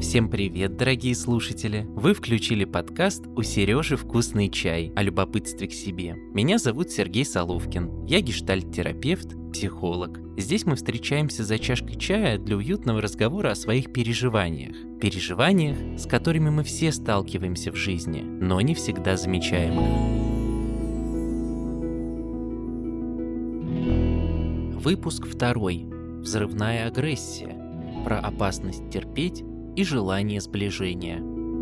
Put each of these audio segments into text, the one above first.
Всем привет, дорогие слушатели! Вы включили подкаст «У Сережи вкусный чай» о любопытстве к себе. Меня зовут Сергей Соловкин. Я гештальт-терапевт, психолог. Здесь мы встречаемся за чашкой чая для уютного разговора о своих переживаниях. Переживаниях, с которыми мы все сталкиваемся в жизни, но не всегда замечаем их. Выпуск 2. Взрывная агрессия. Про опасность терпеть и желание сближения.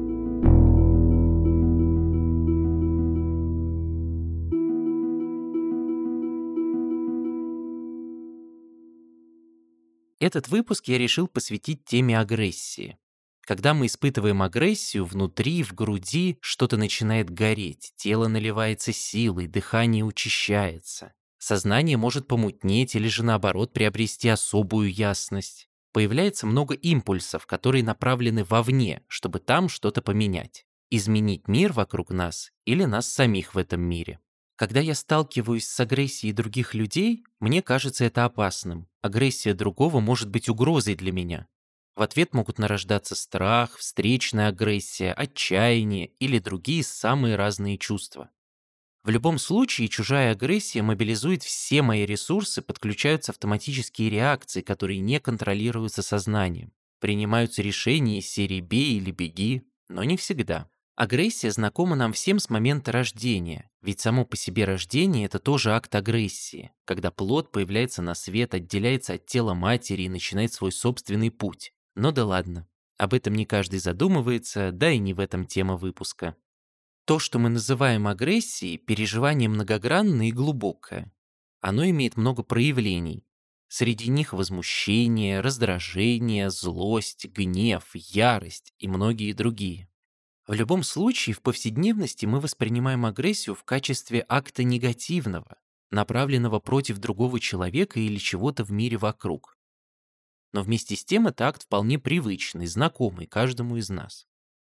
Этот выпуск я решил посвятить теме агрессии. Когда мы испытываем агрессию, внутри, в груди что-то начинает гореть, тело наливается силой, дыхание учащается. Сознание может помутнеть или же наоборот приобрести особую ясность. Появляется много импульсов, которые направлены вовне, чтобы там что-то поменять. Изменить мир вокруг нас или нас самих в этом мире. Когда я сталкиваюсь с агрессией других людей, мне кажется это опасным. Агрессия другого может быть угрозой для меня. В ответ могут нарождаться страх, встречная агрессия, отчаяние или другие самые разные чувства. В любом случае, чужая агрессия мобилизует все мои ресурсы, подключаются автоматические реакции, которые не контролируются сознанием. Принимаются решения из серии «бей» или «беги», но не всегда. Агрессия знакома нам всем с момента рождения, ведь само по себе рождение – это тоже акт агрессии, когда плод появляется на свет, отделяется от тела матери и начинает свой собственный путь. Но да ладно, об этом не каждый задумывается, да и не в этом тема выпуска. То, что мы называем агрессией, переживание многогранное и глубокое. Оно имеет много проявлений. Среди них возмущение, раздражение, злость, гнев, ярость и многие другие. В любом случае, в повседневности мы воспринимаем агрессию в качестве акта негативного, направленного против другого человека или чего-то в мире вокруг. Но вместе с тем это акт вполне привычный, знакомый каждому из нас.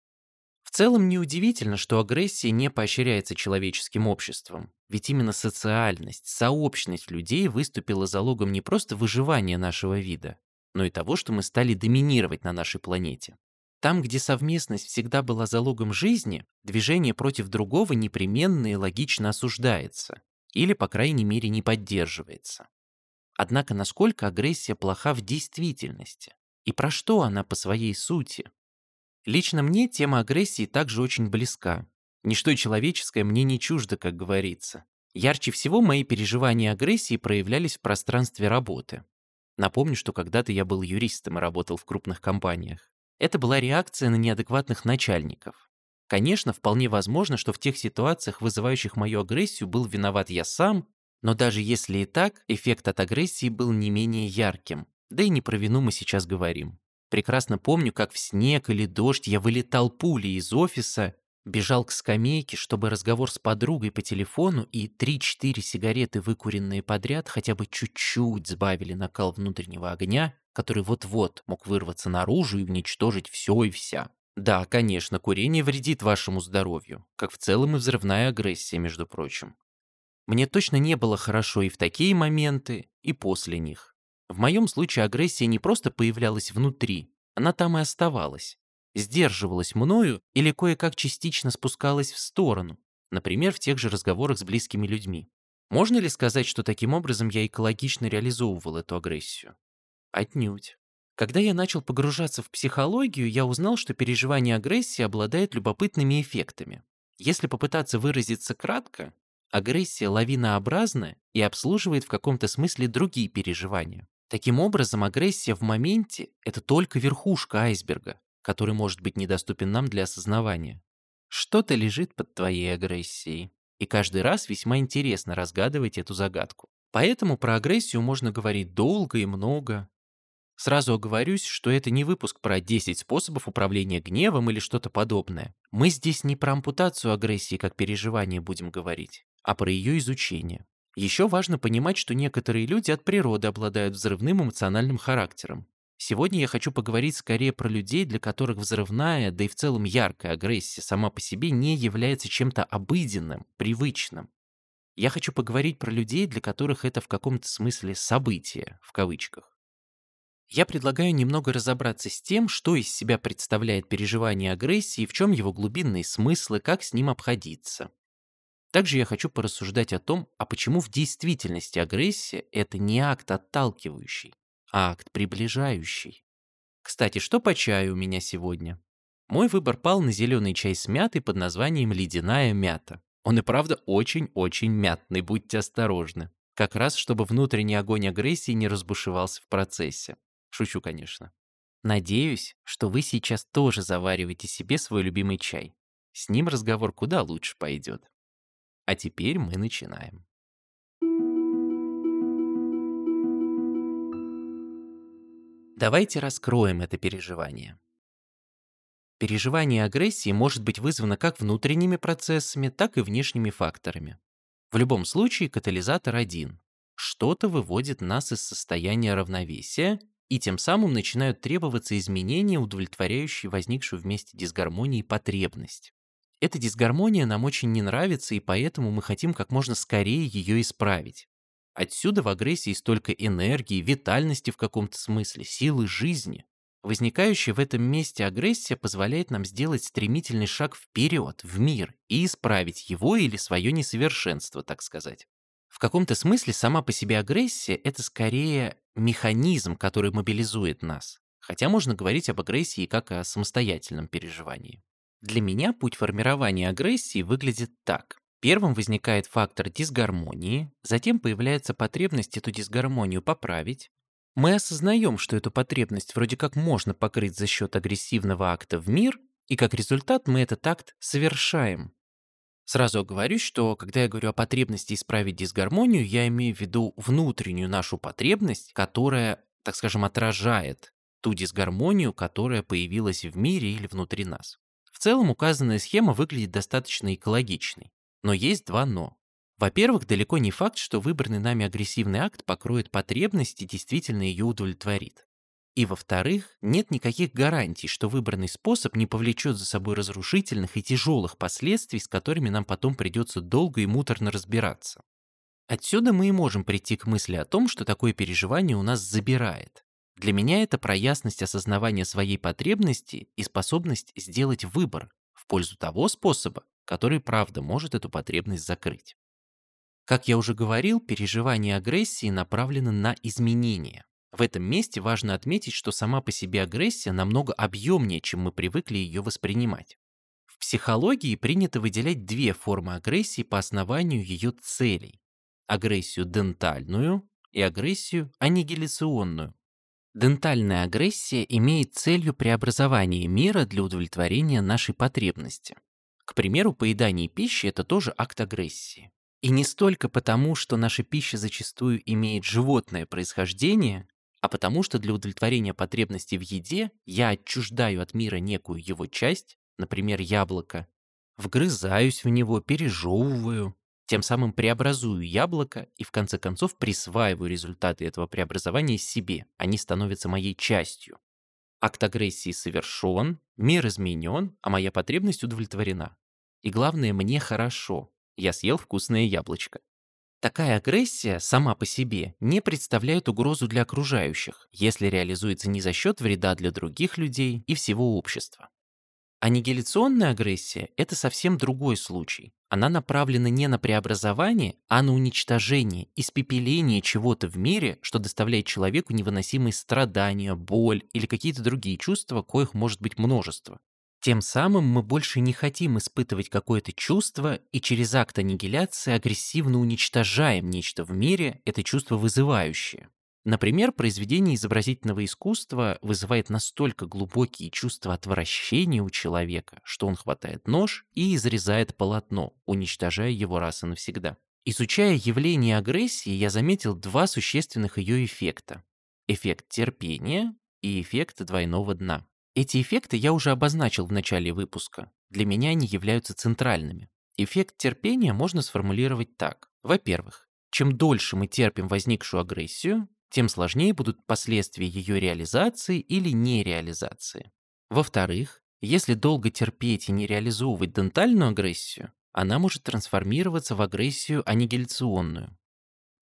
В целом неудивительно, что агрессия не поощряется человеческим обществом, ведь именно социальность, сообщность людей выступила залогом не просто выживания нашего вида, но и того, что мы стали доминировать на нашей планете. Там, где совместность всегда была залогом жизни, движение против другого непременно и логично осуждается, или, по крайней мере, не поддерживается. Однако насколько агрессия плоха в действительности? И про что она по своей сути? Лично мне тема агрессии также очень близка. Ничто человеческое мне не чуждо, как говорится. Ярче всего мои переживания агрессии проявлялись в пространстве работы. Напомню, что когда-то я был юристом и работал в крупных компаниях. Это была реакция на неадекватных начальников. Конечно, вполне возможно, что в тех ситуациях, вызывающих мою агрессию, был виноват я сам, но даже если и так, эффект от агрессии был не менее ярким. Да и не про вину мы сейчас говорим. Прекрасно помню, как в снег или дождь я вылетал пулей из офиса, бежал к скамейке, чтобы разговор с подругой по телефону и 3-4 сигареты, выкуренные подряд, хотя бы чуть-чуть сбавили накал внутреннего огня, который вот-вот мог вырваться наружу и уничтожить все и вся. Да, конечно, курение вредит вашему здоровью, как в целом и взрывная агрессия, между прочим. Мне точно не было хорошо и в такие моменты, и после них. В моем случае агрессия не просто появлялась внутри, она там и оставалась. Сдерживалась мною или кое-как частично спускалась в сторону, например, в тех же разговорах с близкими людьми. Можно ли сказать, что таким образом я экологично реализовывал эту агрессию? Отнюдь. Когда я начал погружаться в психологию, я узнал, что переживание агрессии обладает любопытными эффектами. Если попытаться выразиться кратко, агрессия лавинообразна и обслуживает в каком-то смысле другие переживания. Таким образом, агрессия в моменте – это только верхушка айсберга, который может быть недоступен нам для осознавания. Что-то лежит под твоей агрессией, и каждый раз весьма интересно разгадывать эту загадку. Поэтому про агрессию можно говорить долго и много. Сразу оговорюсь, что это не выпуск про 10 способов управления гневом или что-то подобное. Мы здесь не про ампутацию агрессии как переживание будем говорить, а про ее изучение. Еще важно понимать, что некоторые люди от природы обладают взрывным эмоциональным характером. Сегодня я хочу поговорить скорее про людей, для которых взрывная, да и в целом яркая агрессия сама по себе не является чем-то обыденным, привычным. Я хочу поговорить про людей, для которых это в каком-то смысле «событие», в кавычках. Я предлагаю немного разобраться с тем, что из себя представляет переживание агрессии, в чем его глубинные смыслы, как с ним обходиться. Также я хочу порассуждать о том, а почему в действительности агрессия — это не акт отталкивающий, а акт приближающий. Кстати, что по чаю у меня сегодня? Мой выбор пал на зеленый чай с мятой под названием «Ледяная мята». Он и правда очень-очень мятный, будьте осторожны. Как раз, чтобы внутренний огонь агрессии не разбушевался в процессе. Шучу, конечно. Надеюсь, что вы сейчас тоже завариваете себе свой любимый чай. С ним разговор куда лучше пойдет. А теперь мы начинаем. Давайте раскроем это переживание. Переживание агрессии может быть вызвано как внутренними процессами, так и внешними факторами. В любом случае катализатор один. Что-то выводит нас из состояния равновесия, и тем самым начинают требоваться изменения, удовлетворяющие возникшую вместе дисгармонии потребность. Эта дисгармония нам очень не нравится, и поэтому мы хотим как можно скорее ее исправить. Отсюда в агрессии столько энергии, витальности в каком-то смысле, силы жизни. Возникающая в этом месте агрессия позволяет нам сделать стремительный шаг вперед, в мир, и исправить его или свое несовершенство, так сказать. В каком-то смысле сама по себе агрессия — это скорее механизм, который мобилизует нас. Хотя можно говорить об агрессии как о самостоятельном переживании. Для меня путь формирования агрессии выглядит так. Первым возникает фактор дисгармонии, затем появляется потребность эту дисгармонию поправить. Мы осознаем, что эту потребность вроде как можно покрыть за счет агрессивного акта в мир, и как результат мы этот акт совершаем. Сразу оговорюсь, что когда я говорю о потребности исправить дисгармонию, я имею в виду внутреннюю нашу потребность, которая, так скажем, отражает ту дисгармонию, которая появилась в мире или внутри нас. В целом указанная схема выглядит достаточно экологичной, но есть два «но». Во-первых, далеко не факт, что выбранный нами агрессивный акт покроет потребность и действительно ее удовлетворит. И во-вторых, нет никаких гарантий, что выбранный способ не повлечет за собой разрушительных и тяжелых последствий, с которыми нам потом придется долго и муторно разбираться. Отсюда мы и можем прийти к мысли о том, что такое переживание у нас забирает. Для меня это про ясность осознавания своей потребности и способность сделать выбор в пользу того способа, который правда может эту потребность закрыть. Как я уже говорил, переживание агрессии направлено на изменения. В этом месте важно отметить, что сама по себе агрессия намного объемнее, чем мы привыкли ее воспринимать. В психологии принято выделять две формы агрессии по основанию ее целей. Агрессию дентальную и агрессию аннигиляционную. Дентальная агрессия имеет целью преобразование мира для удовлетворения нашей потребности. К примеру, поедание пищи — это тоже акт агрессии. И не столько потому, что наша пища зачастую имеет животное происхождение, а потому что для удовлетворения потребности в еде я отчуждаю от мира некую его часть, например, яблоко, вгрызаюсь в него, пережевываю, тем самым преобразую яблоко и в конце концов присваиваю результаты этого преобразования себе, они становятся моей частью. Акт агрессии совершен, мир изменен, а моя потребность удовлетворена. И главное, мне хорошо. Я съел вкусное яблочко. Такая агрессия сама по себе не представляет угрозу для окружающих, если реализуется не за счет вреда для других людей и всего общества. Аннигиляционная агрессия — это совсем другой случай. Она направлена не на преобразование, а на уничтожение, испепеление чего-то в мире, что доставляет человеку невыносимые страдания, боль или какие-то другие чувства, коих может быть множество. Тем самым мы больше не хотим испытывать какое-то чувство и через акт аннигиляции агрессивно уничтожаем нечто в мире, это чувство вызывающее. Например, произведение изобразительного искусства вызывает настолько глубокие чувства отвращения у человека, что он хватает нож и изрезает полотно, уничтожая его раз и навсегда. Изучая явление агрессии, я заметил два существенных ее эффекта. Эффект терпения и эффект двойного дна. Эти эффекты я уже обозначил в начале выпуска. Для меня они являются центральными. Эффект терпения можно сформулировать так. Во-первых, чем дольше мы терпим возникшую агрессию, тем сложнее будут последствия ее реализации или нереализации. Во-вторых, если долго терпеть и не реализовывать дентальную агрессию, она может трансформироваться в агрессию аннигиляционную.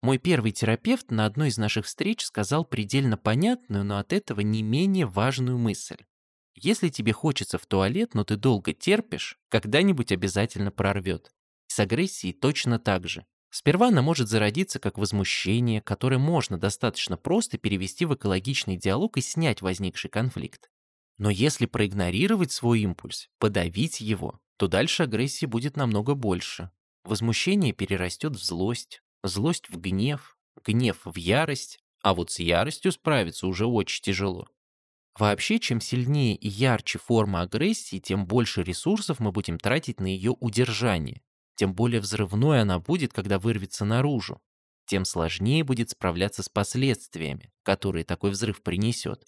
Мой первый терапевт на одной из наших встреч сказал предельно понятную, но от этого не менее важную мысль. Если тебе хочется в туалет, но ты долго терпишь, когда-нибудь обязательно прорвет. С агрессией точно так же. Сперва она может зародиться как возмущение, которое можно достаточно просто перевести в экологичный диалог и снять возникший конфликт. Но если проигнорировать свой импульс, подавить его, то дальше агрессии будет намного больше. Возмущение перерастет в злость, злость в гнев, гнев в ярость, а вот с яростью справиться уже очень тяжело. Вообще, чем сильнее и ярче форма агрессии, тем больше ресурсов мы будем тратить на ее удержание, тем более взрывной она будет, когда вырвется наружу, тем сложнее будет справляться с последствиями, которые такой взрыв принесет.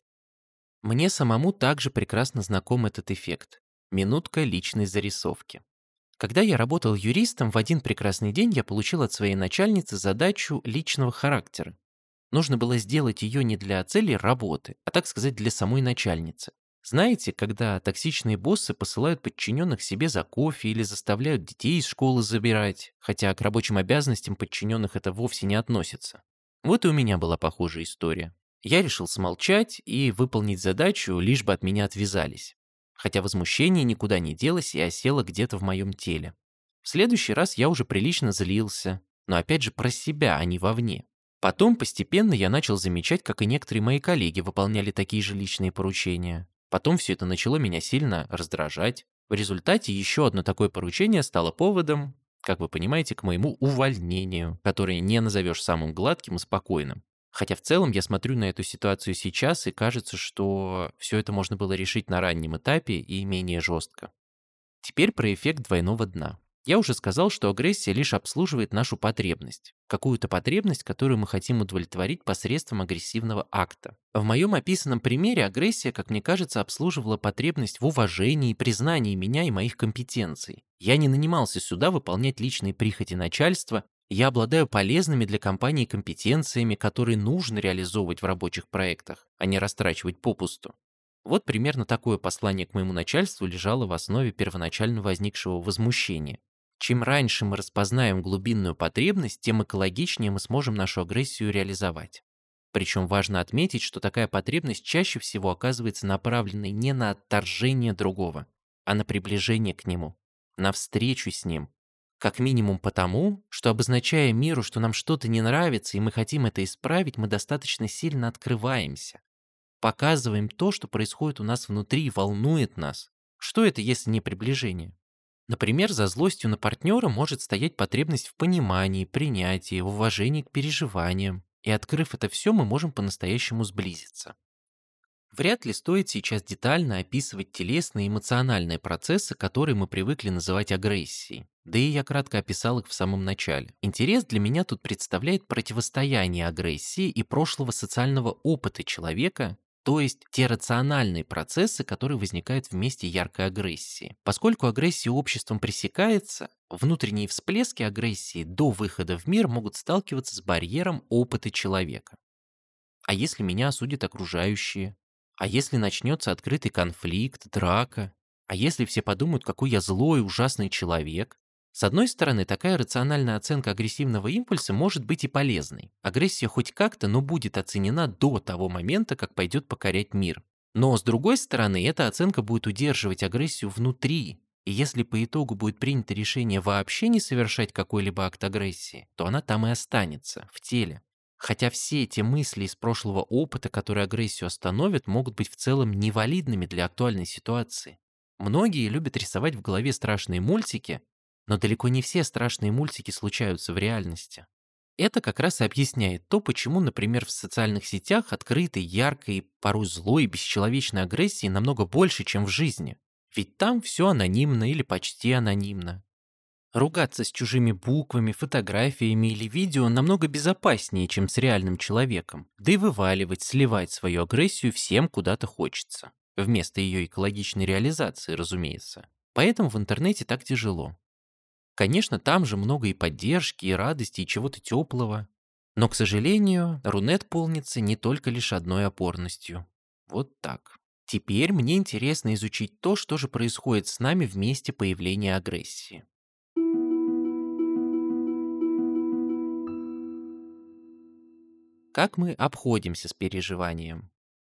Мне самому также прекрасно знаком этот эффект. Минутка личной зарисовки. Когда я работал юристом, в один прекрасный день я получил от своей начальницы задачу личного характера. Нужно было сделать ее не для целей работы, а, так сказать, для самой начальницы. Знаете, когда токсичные боссы посылают подчиненных себе за кофе или заставляют детей из школы забирать, хотя к рабочим обязанностям подчиненных это вовсе не относится. Вот и у меня была похожая история. Я решил смолчать и выполнить задачу, лишь бы от меня отвязались. Хотя возмущение никуда не делось и осело где-то в моем теле. В следующий раз я уже прилично злился, но опять же про себя, а не вовне. Потом постепенно я начал замечать, как и некоторые мои коллеги выполняли такие же личные поручения. Потом все это начало меня сильно раздражать. В результате еще одно такое поручение стало поводом, как вы понимаете, к моему увольнению, которое не назовешь самым гладким и спокойным. Хотя в целом я смотрю на эту ситуацию сейчас, и кажется, что все это можно было решить на раннем этапе и менее жестко. Теперь про эффект двойного дна. Я уже сказал, что агрессия лишь обслуживает нашу потребность. Какую-то потребность, которую мы хотим удовлетворить посредством агрессивного акта. В моем описанном примере агрессия, как мне кажется, обслуживала потребность в уважении и признании меня и моих компетенций. Я не нанимался сюда выполнять личные прихоти начальства, я обладаю полезными для компании компетенциями, которые нужно реализовывать в рабочих проектах, а не растрачивать попусту. Вот примерно такое послание к моему начальству лежало в основе первоначально возникшего возмущения. Чем раньше мы распознаем глубинную потребность, тем экологичнее мы сможем нашу агрессию реализовать. Причем важно отметить, что такая потребность чаще всего оказывается направленной не на отторжение другого, а на приближение к нему, на встречу с ним. Как минимум потому, что обозначая миру, что нам что-то не нравится и мы хотим это исправить, мы достаточно сильно открываемся. Показываем то, что происходит у нас внутри и волнует нас. Что это, если не приближение? Например, за злостью на партнера может стоять потребность в понимании, принятии, в уважении к переживаниям. И открыв это все, мы можем по-настоящему сблизиться. Вряд ли стоит сейчас детально описывать телесные и эмоциональные процессы, которые мы привыкли называть агрессией. Да и я кратко описал их в самом начале. Интерес для меня тут представляет противостояние агрессии и прошлого социального опыта человека, то есть те рациональные процессы, которые возникают в месте яркой агрессии. Поскольку агрессия обществом пресекается, внутренние всплески агрессии до выхода в мир могут сталкиваться с барьером опыта человека. А если меня осудят окружающие? А если начнется открытый конфликт, драка? А если все подумают, какой я злой, ужасный человек? С одной стороны, такая рациональная оценка агрессивного импульса может быть и полезной. Агрессия хоть как-то, но будет оценена до того момента, как пойдет покорять мир. Но с другой стороны, эта оценка будет удерживать агрессию внутри. И если по итогу будет принято решение вообще не совершать какой-либо акт агрессии, то она там и останется, в теле. Хотя все эти мысли из прошлого опыта, которые агрессию остановят, могут быть в целом невалидными для актуальной ситуации. Многие любят рисовать в голове страшные мультики, но далеко не все страшные мультики случаются в реальности. Это как раз и объясняет то, почему, например, в социальных сетях открытой, яркой, порой злой и бесчеловечной агрессии намного больше, чем в жизни. Ведь там все анонимно или почти анонимно. Ругаться с чужими буквами, фотографиями или видео намного безопаснее, чем с реальным человеком. Да и вываливать, сливать свою агрессию всем куда-то хочется. Вместо ее экологичной реализации, разумеется. Поэтому в интернете так тяжело. Конечно, там же много и поддержки, и радости, и чего-то теплого. Но, к сожалению, Рунет полнится не только лишь одной опорностью. Вот так. Теперь мне интересно изучить то, что же происходит с нами в месте появления агрессии. Как мы обходимся с переживанием?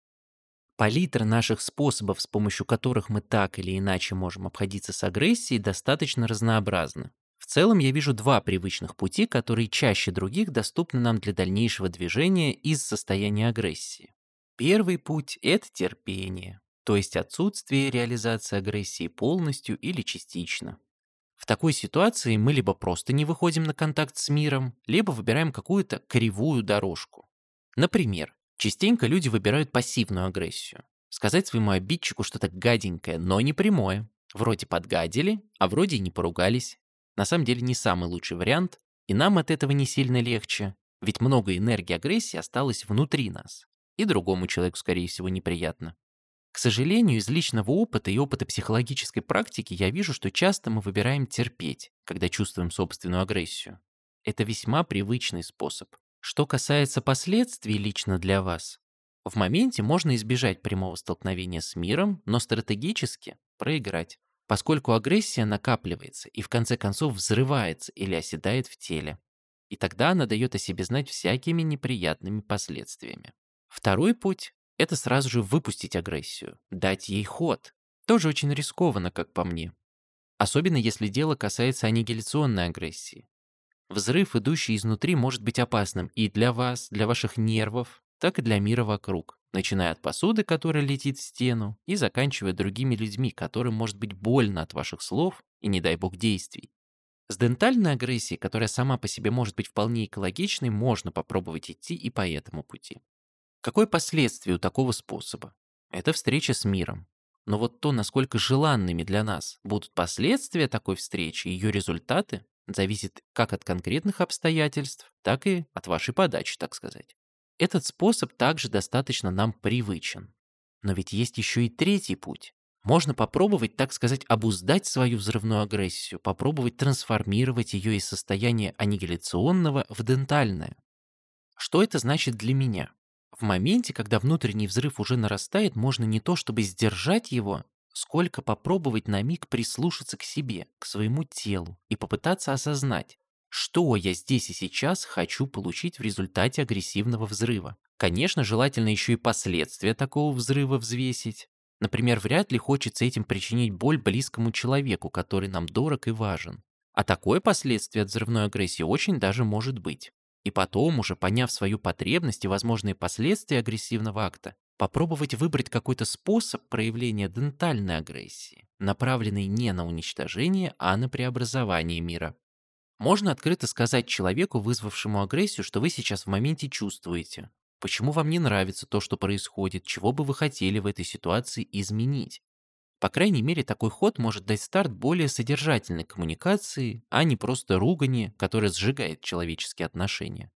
Палитра наших способов, с помощью которых мы так или иначе можем обходиться с агрессией, достаточно разнообразна. В целом я вижу два привычных пути, которые чаще других доступны нам для дальнейшего движения из состояния агрессии. Первый путь– это терпение, то есть отсутствие реализации агрессии полностью или частично. В такой ситуации мы либо просто не выходим на контакт с миром, либо выбираем какую-то кривую дорожку. Например, частенько люди выбирают пассивную агрессию. Сказать своему обидчику что-то гаденькое, но не прямое. Вроде подгадили, а вроде и не поругались. На самом деле не самый лучший вариант, и нам от этого не сильно легче, ведь много энергии агрессии осталось внутри нас. И другому человеку, скорее всего, неприятно. К сожалению, из личного опыта и опыта психологической практики я вижу, что часто мы выбираем терпеть, когда чувствуем собственную агрессию. Это весьма привычный способ. Что касается последствий лично для вас, в моменте можно избежать прямого столкновения с миром, но стратегически проиграть, поскольку агрессия накапливается и в конце концов взрывается или оседает в теле. И тогда она дает о себе знать всякими неприятными последствиями. Второй путь– это сразу же выпустить агрессию, дать ей ход. Тоже очень рискованно, как по мне. Особенно если дело касается аннигиляционной агрессии. Взрыв, идущий изнутри, может быть опасным и для вас, для ваших нервов, так и для мира вокруг, начиная от посуды, которая летит в стену, и заканчивая другими людьми, которым может быть больно от ваших слов и, не дай бог, действий. С дентальной агрессией, которая сама по себе может быть вполне экологичной, можно попробовать идти и по этому пути. Какое последствие у такого способа? Это встреча с миром. Но вот то, насколько желанными для нас будут последствия такой встречи и ее результаты, зависит как от конкретных обстоятельств, так и от вашей подачи, так сказать. Этот способ также достаточно нам привычен. Но ведь есть еще и третий путь. Можно попробовать, так сказать, обуздать свою взрывную агрессию, попробовать трансформировать ее из состояния аннигиляционного в дентальное. Что это значит для меня? В моменте, когда внутренний взрыв уже нарастает, можно не то чтобы сдержать его, сколько попробовать на миг прислушаться к себе, к своему телу и попытаться осознать, что я здесь и сейчас хочу получить в результате агрессивного взрыва. Конечно, желательно еще и последствия такого взрыва взвесить. Например, вряд ли хочется этим причинить боль близкому человеку, который нам дорог и важен. А такое последствие от взрывной агрессии очень даже может быть. И потом, уже поняв свою потребность и возможные последствия агрессивного акта, попробовать выбрать какой-то способ проявления дентальной агрессии, направленный не на уничтожение, а на преобразование мира. Можно открыто сказать человеку, вызвавшему агрессию, что вы сейчас в моменте чувствуете, почему вам не нравится то, что происходит, чего бы вы хотели в этой ситуации изменить. По крайней мере, такой ход может дать старт более содержательной коммуникации, а не просто ругани, которое сжигает человеческие отношения.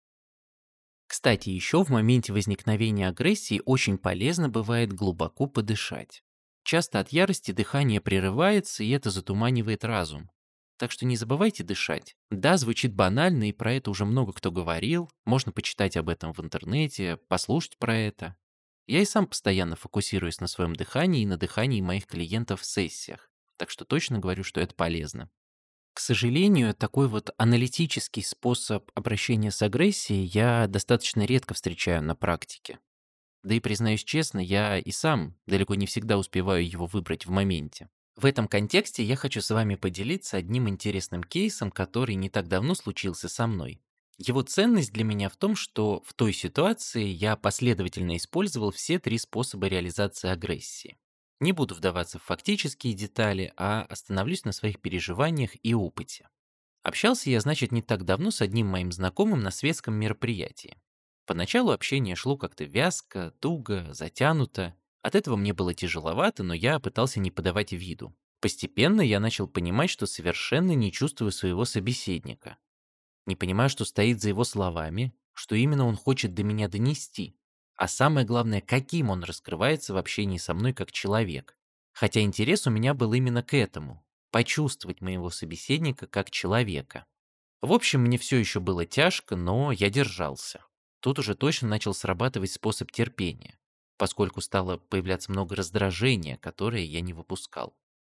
Кстати, еще в моменте возникновения агрессии очень полезно бывает глубоко подышать. Часто от ярости дыхание прерывается, и это затуманивает разум. Так что не забывайте дышать. Да, звучит банально, и про это уже много кто говорил. Можно почитать об этом в интернете, послушать про это. Я и сам постоянно фокусируюсь на своем дыхании и на дыхании моих клиентов в сессиях. Так что точно говорю, что это полезно. К сожалению, такой вот аналитический способ обращения с агрессией я достаточно редко встречаю на практике. Да и признаюсь честно, я и сам далеко не всегда успеваю его выбрать в моменте. В этом контексте я хочу с вами поделиться одним интересным кейсом, который не так давно случился со мной. Его ценность для меня в том, что в той ситуации я последовательно использовал все три способа реализации агрессии. Не буду вдаваться в фактические детали, а остановлюсь на своих переживаниях и опыте. Общался я, значит, не так давно с одним моим знакомым на светском мероприятии. Поначалу общение шло как-то вязко, туго, затянуто. От этого мне было тяжеловато, но я пытался не подавать виду. Постепенно я начал понимать, что совершенно не чувствую своего собеседника. Не понимаю, что стоит за его словами, что именно он хочет до меня донести. А самое главное, каким он раскрывается в общении со мной как человек. Хотя интерес у меня был именно к этому– почувствовать моего собеседника как человека. В общем, мне все еще было тяжко, но я держался. Тут уже точно начал срабатывать способ терпения, поскольку стало появляться много раздражения, которое я не выпускал.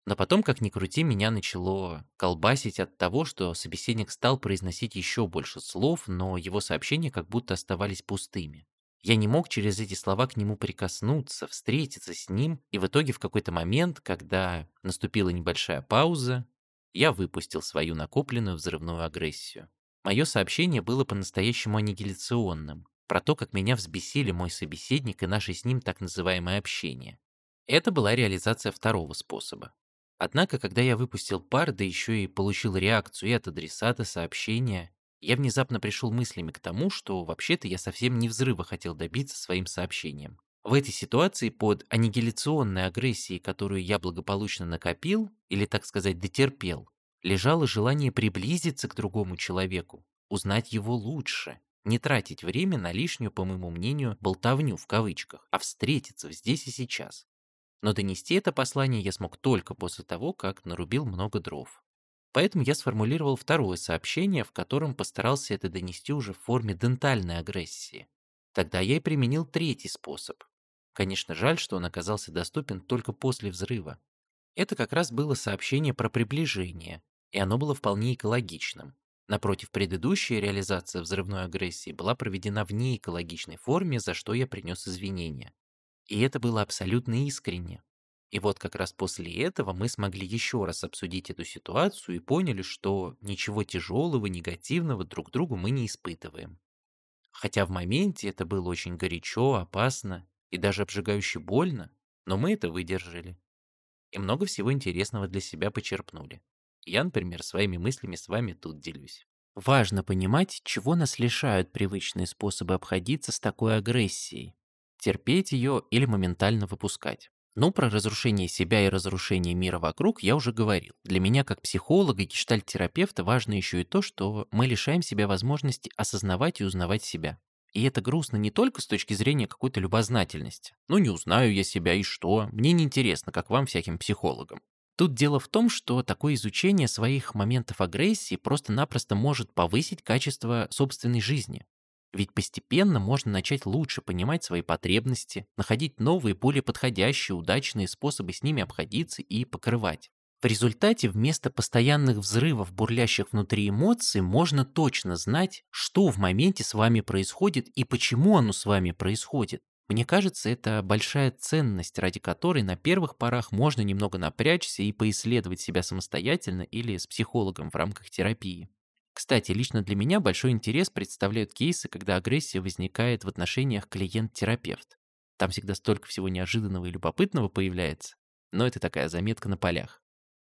Но потом, как ни крути, меня начало колбасить от того, что собеседник стал произносить еще больше слов, но его сообщения как будто оставались пустыми. Я не мог через эти слова к нему прикоснуться, встретиться с ним, и в итоге в какой-то момент, когда наступила небольшая пауза, я выпустил свою накопленную взрывную агрессию. Мое сообщение было по-настоящему аннигиляционным, про то, как меня взбесили мой собеседник и наше с ним так называемое общение. Это была реализация второго способа. Однако, когда я выпустил пар, да еще и получил реакцию и от адресата сообщения, я внезапно пришел мыслями к тому, что вообще-то я совсем не взрыва хотел добиться своим сообщением. В этой ситуации под аннигиляционной агрессией, которую я благополучно накопил, или, так сказать, дотерпел, лежало желание приблизиться к другому человеку, узнать его лучше, не тратить время на лишнюю, по моему мнению, болтовню в кавычках, а встретиться здесь и сейчас. Но донести это послание я смог только после того, как нарубил много дров. Поэтому я сформулировал второе сообщение, в котором постарался это донести уже в форме дентальной агрессии. Тогда я и применил третий способ. Конечно, жаль, что он оказался доступен только после взрыва. Это как раз было сообщение про приближение, и оно было вполне экологичным. Напротив, предыдущая реализация взрывной агрессии была проведена в неэкологичной форме, за что я принес извинения. И это было абсолютно искренне. И вот как раз после этого мы смогли еще раз обсудить эту ситуацию и поняли, что ничего тяжелого, негативного друг к другу мы не испытываем. Хотя в моменте это было очень горячо, опасно и даже обжигающе больно, но мы это выдержали. И много всего интересного для себя почерпнули. Я, например, своими мыслями с вами тут делюсь. Важно понимать, чего нас лишают привычные способы обходиться с такой агрессией. Терпеть ее или моментально выпускать. Ну, про разрушение себя и разрушение мира вокруг я уже говорил. Для меня, как психолога и гештальт-терапевта, важно еще и то, что мы лишаем себя возможности осознавать и узнавать себя. И это грустно не только с точки зрения какой-то любознательности. Ну, не узнаю я себя, и что? Мне не интересно, как вам, всяким психологам. Тут дело в том, что такое изучение своих моментов агрессии просто-напросто может повысить качество собственной жизни. Ведь постепенно можно начать лучше понимать свои потребности, находить новые, более подходящие, удачные способы с ними обходиться и покрывать. В результате вместо постоянных взрывов, бурлящих внутри эмоций, можно точно знать, что в моменте с вами происходит и почему оно с вами происходит. Мне кажется, это большая ценность, ради которой на первых порах можно немного напрячься и поисследовать себя самостоятельно или с психологом в рамках терапии. Кстати, лично для меня большой интерес представляют кейсы, когда агрессия возникает в отношениях клиент-терапевт. Там всегда столько всего неожиданного и любопытного появляется. Но это такая заметка на полях.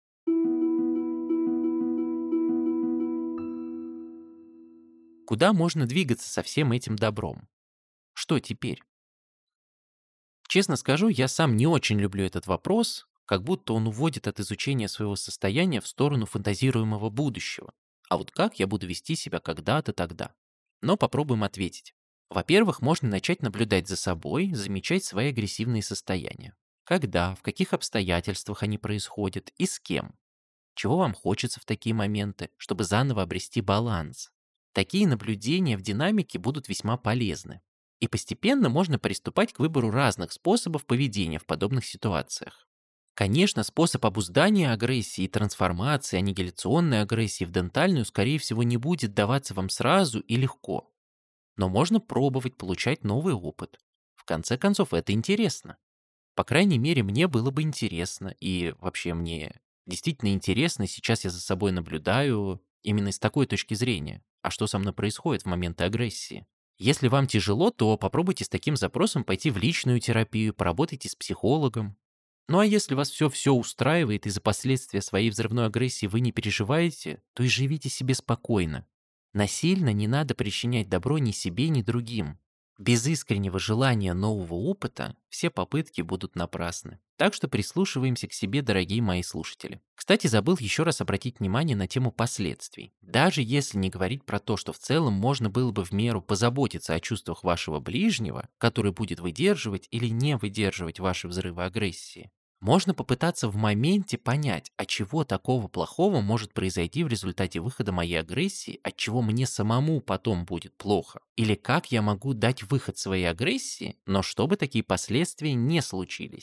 Куда можно двигаться со всем этим добром? Что теперь? Честно скажу, я сам не очень люблю этот вопрос, как будто он уводит от изучения своего состояния в сторону фантазируемого будущего. А вот как я буду вести себя когда-то тогда? Но попробуем ответить. Во-первых, можно начать наблюдать за собой, замечать свои агрессивные состояния. Когда, в каких обстоятельствах они происходят и с кем. Чего вам хочется в такие моменты, чтобы заново обрести баланс. Такие наблюдения в динамике будут весьма полезны. И постепенно можно приступать к выбору разных способов поведения в подобных ситуациях. Конечно, способ обуздания агрессии и трансформации аннигиляционной агрессии в дентальную, скорее всего, не будет даваться вам сразу и легко. Но можно пробовать получать новый опыт. В конце концов, это интересно. По крайней мере, мне было бы интересно, и вообще мне действительно интересно, и сейчас я за собой наблюдаю именно с такой точки зрения. А что со мной происходит в моменты агрессии? Если вам тяжело, то попробуйте с таким запросом пойти в личную терапию, поработайте с психологом. Ну а если вас все устраивает и за последствия своей взрывной агрессии вы не переживаете, то и живите себе спокойно. Насильно не надо причинять добро ни себе, ни другим. Без искреннего желания нового опыта все попытки будут напрасны. Так что прислушиваемся к себе, дорогие мои слушатели. Кстати, забыл еще раз обратить внимание на тему последствий. Даже если не говорить про то, что в целом можно было бы в меру позаботиться о чувствах вашего ближнего, который будет выдерживать или не выдерживать ваши взрывы агрессии, можно попытаться в моменте понять, от чего такого плохого может произойти в результате выхода моей агрессии, от чего мне самому потом будет плохо. Или как я могу дать выход своей агрессии, но чтобы такие последствия не случились.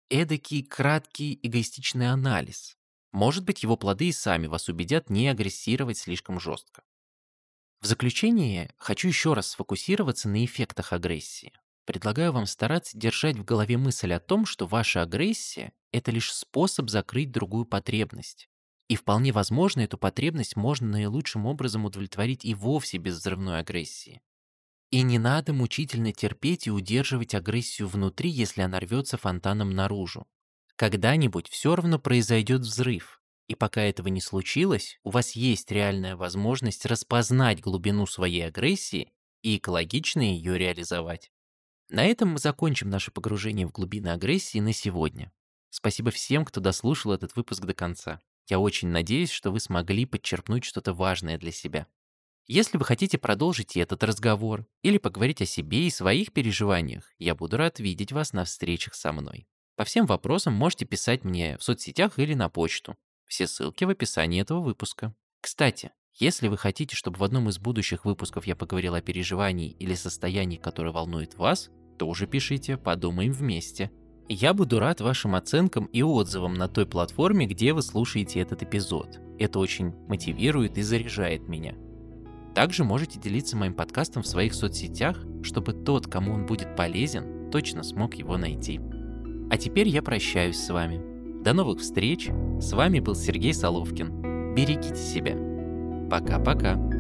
эдакий краткий эгоистичный анализ. Может быть, его плоды и сами вас убедят не агрессировать слишком жестко. В заключение хочу еще раз сфокусироваться на эффектах агрессии. Предлагаю вам стараться держать в голове мысль о том, что ваша агрессия — это лишь способ закрыть другую потребность. И вполне возможно, эту потребность можно наилучшим образом удовлетворить и вовсе без взрывной агрессии. И не надо мучительно терпеть и удерживать агрессию внутри, если она рвется фонтаном наружу. Когда-нибудь все равно произойдет взрыв. И пока этого не случилось, у вас есть реальная возможность распознать глубину своей агрессии и экологично ее реализовать. На этом мы закончим наше погружение в глубины агрессии на сегодня. Спасибо всем, кто дослушал этот выпуск до конца. Я очень надеюсь, что вы смогли подчерпнуть что-то важное для себя. Если вы хотите продолжить этот разговор или поговорить о себе и своих переживаниях, я буду рад видеть вас на встречах со мной. По всем вопросам можете писать мне в соцсетях или на почту. Все ссылки в описании этого выпуска. Кстати, если вы хотите, чтобы в одном из будущих выпусков я поговорил о переживании или состоянии, которое волнует вас, тоже пишите, подумаем вместе. Я буду рад вашим оценкам и отзывам на той платформе, где вы слушаете этот эпизод. Это очень мотивирует и заряжает меня. Также можете делиться моим подкастом в своих соцсетях, чтобы тот, кому он будет полезен, точно смог его найти. А теперь я прощаюсь с вами. До новых встреч. С вами был Сергей Соловкин. Берегите себя. Пока-пока.